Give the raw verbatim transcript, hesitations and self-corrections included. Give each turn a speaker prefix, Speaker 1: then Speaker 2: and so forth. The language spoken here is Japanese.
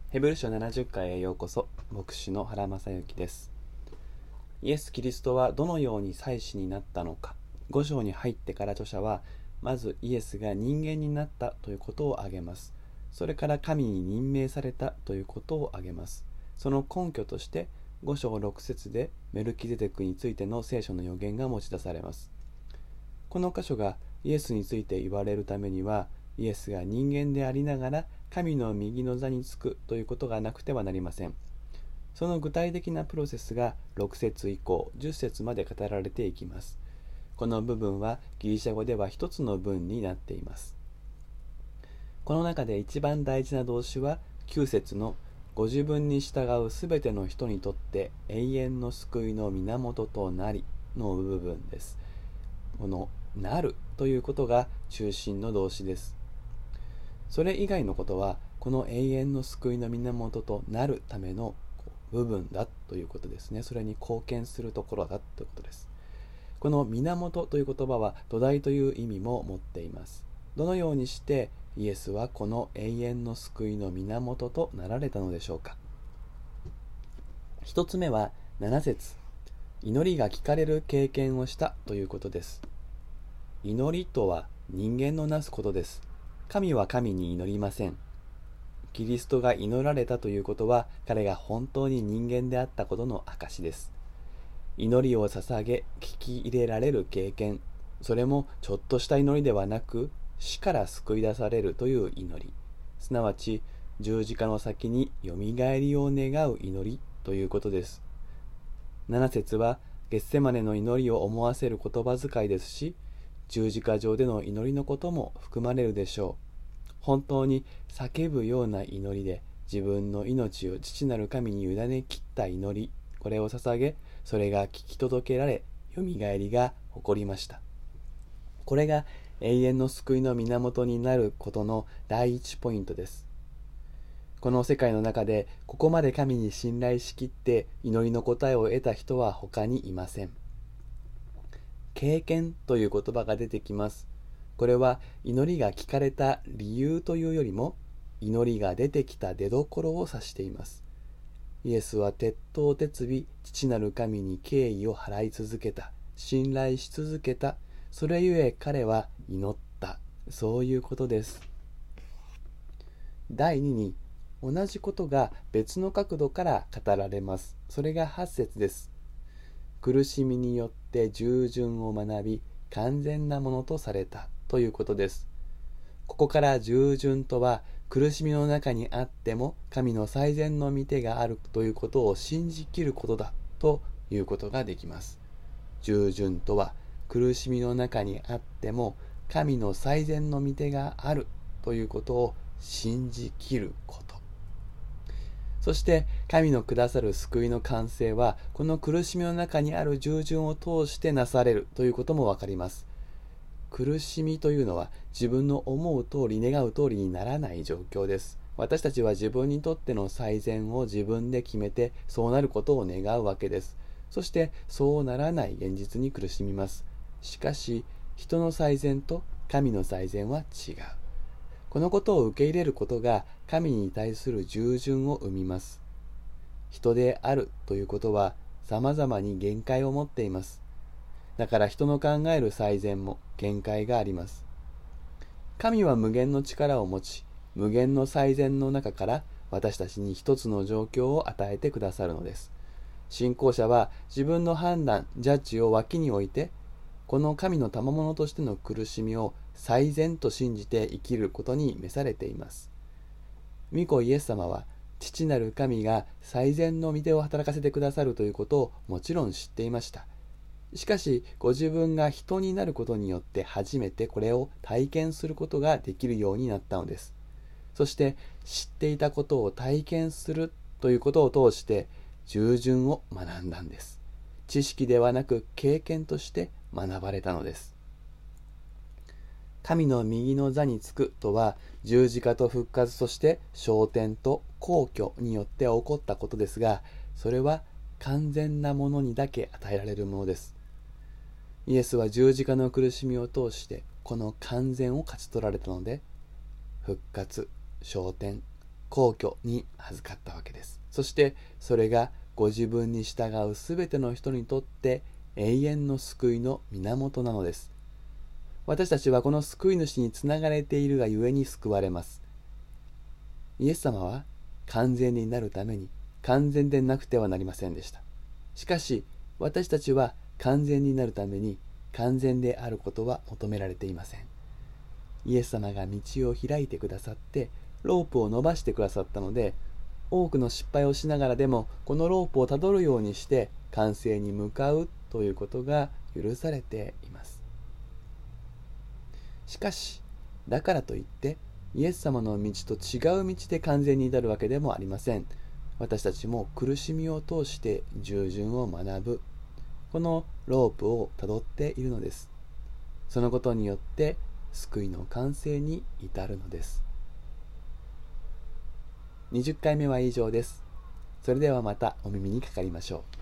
Speaker 1: ヘブル書ななじゅっかいへようこそ。牧師の原正幸です。イエス・キリストはどのように祭司になったのか。ご章に入ってから著者は、まずイエスが人間になったということを挙げます。それから神に任命されたということを挙げます。その根拠として、ご章ろく節でメルキゼデクについての聖書の予言が持ち出されます。この箇所がイエスについて言われるためには、イエスが人間でありながら神の右の座につくということがなくてはなりません。その具体的なプロセスがろく節以降じゅっ節まで語られていきます。この部分はギリシャ語では一つの文になっています。この中で一番大事な動詞はきゅう節のご自分に従うすべての人にとって永遠の救いの源となりの部分です。このなるということが中心の動詞です。それ以外のことはこの永遠の救いの源となるための部分だということですね。それに貢献するところだということです。この源という言葉は土台という意味も持っています。どのようにしてイエスはこの永遠の救いの源となられたのでしょうか。一つ目はなな節、祈りが聞かれる経験をしたということです。祈りとは人間のなすことです。神は神に祈りません。キリストが祈られたということは彼が本当に人間であったことの証です。祈りを捧げ聞き入れられる経験、それもちょっとした祈りではなく死から救い出されるという祈り、すなわち十字架の先によみがえりを願う祈りということです。なな節はゲッセマネの祈りを思わせる言葉遣いですし、十字架上での祈りのことも含まれるでしょう。本当に叫ぶような祈りで自分の命を父なる神に委ね切った祈り、これを捧げ、それが聞き届けられ、よみがえりが起こりました。これが永遠の救いの源になることの第一ポイントです。この世界の中でここまで神に信頼しきって祈りの答えを得た人は他にいません。経験という言葉が出てきます。これは祈りが聞かれた理由というよりも祈りが出てきた出どころを指しています。イエスは徹頭徹尾父なる神に敬意を払い続けた、信頼し続けた、それゆえ彼は祈った、そういうことです。第二に、同じことが別の角度から語られます。それがはち節です。苦しみによって従順を学び完全なものとされたということです。ここから従順とは苦しみの中にあっても神の最善の御手があるということを信じきることだということができます。従順とは苦しみの中にあっても神の最善の御手があるということを信じきること。そして神のくださる救いの完成はこの苦しみの中にある従順を通してなされるということもわかります。苦しみというのは自分の思う通り願う通りにならない状況です。私たちは自分にとっての最善を自分で決めてそうなることを願うわけです。そしてそうならない現実に苦しみます。しかし人の最善と神の最善は違う。このことを受け入れることが神に対する従順を生みます。人であるということは様々に限界を持っています。だから人の考える最善も限界があります。神は無限の力を持ち、無限の最善の中から私たちに一つの状況を与えてくださるのです。信仰者は自分の判断、ジャッジを脇に置いて、この神の賜物としての苦しみを最善と信じて生きることに召されています。御子イエス様は父なる神が最善の御手を働かせてくださるということをもちろん知っていました。しかしご自分が人になることによって初めてこれを体験することができるようになったのです。そして知っていたことを体験するということを通して従順を学んだんです。知識ではなく経験として学ばれたのです。神の右の座につくとは十字架と復活として昇天と皇居によって起こったことですが、それは完全なものにだけ与えられるものです。イエスは十字架の苦しみを通してこの完全を勝ち取られたので、復活、昇天、 皇居に預かったわけです。そしてそれがご自分に従うすべての人にとって永遠の救いの源なのです。私たちはこの救い主につながれているがゆえに救われます。イエス様は完全になるために完全でなくてはなりませんでした。しかし私たちは完全になるために完全であることは求められていません。イエス様が道を開いてくださってロープを伸ばしてくださったので、多くの失敗をしながらでもこのロープをたどるようにして完成に向かうということが許されています。しかしだからといってイエス様の道と違う道で完全に至るわけでもありません。私たちも苦しみを通して従順を学ぶ、このロープをたどっているのです。そのことによって救いの完成に至るのです。にじゅっかいめは以上です。それではまたお耳にかかりましょう。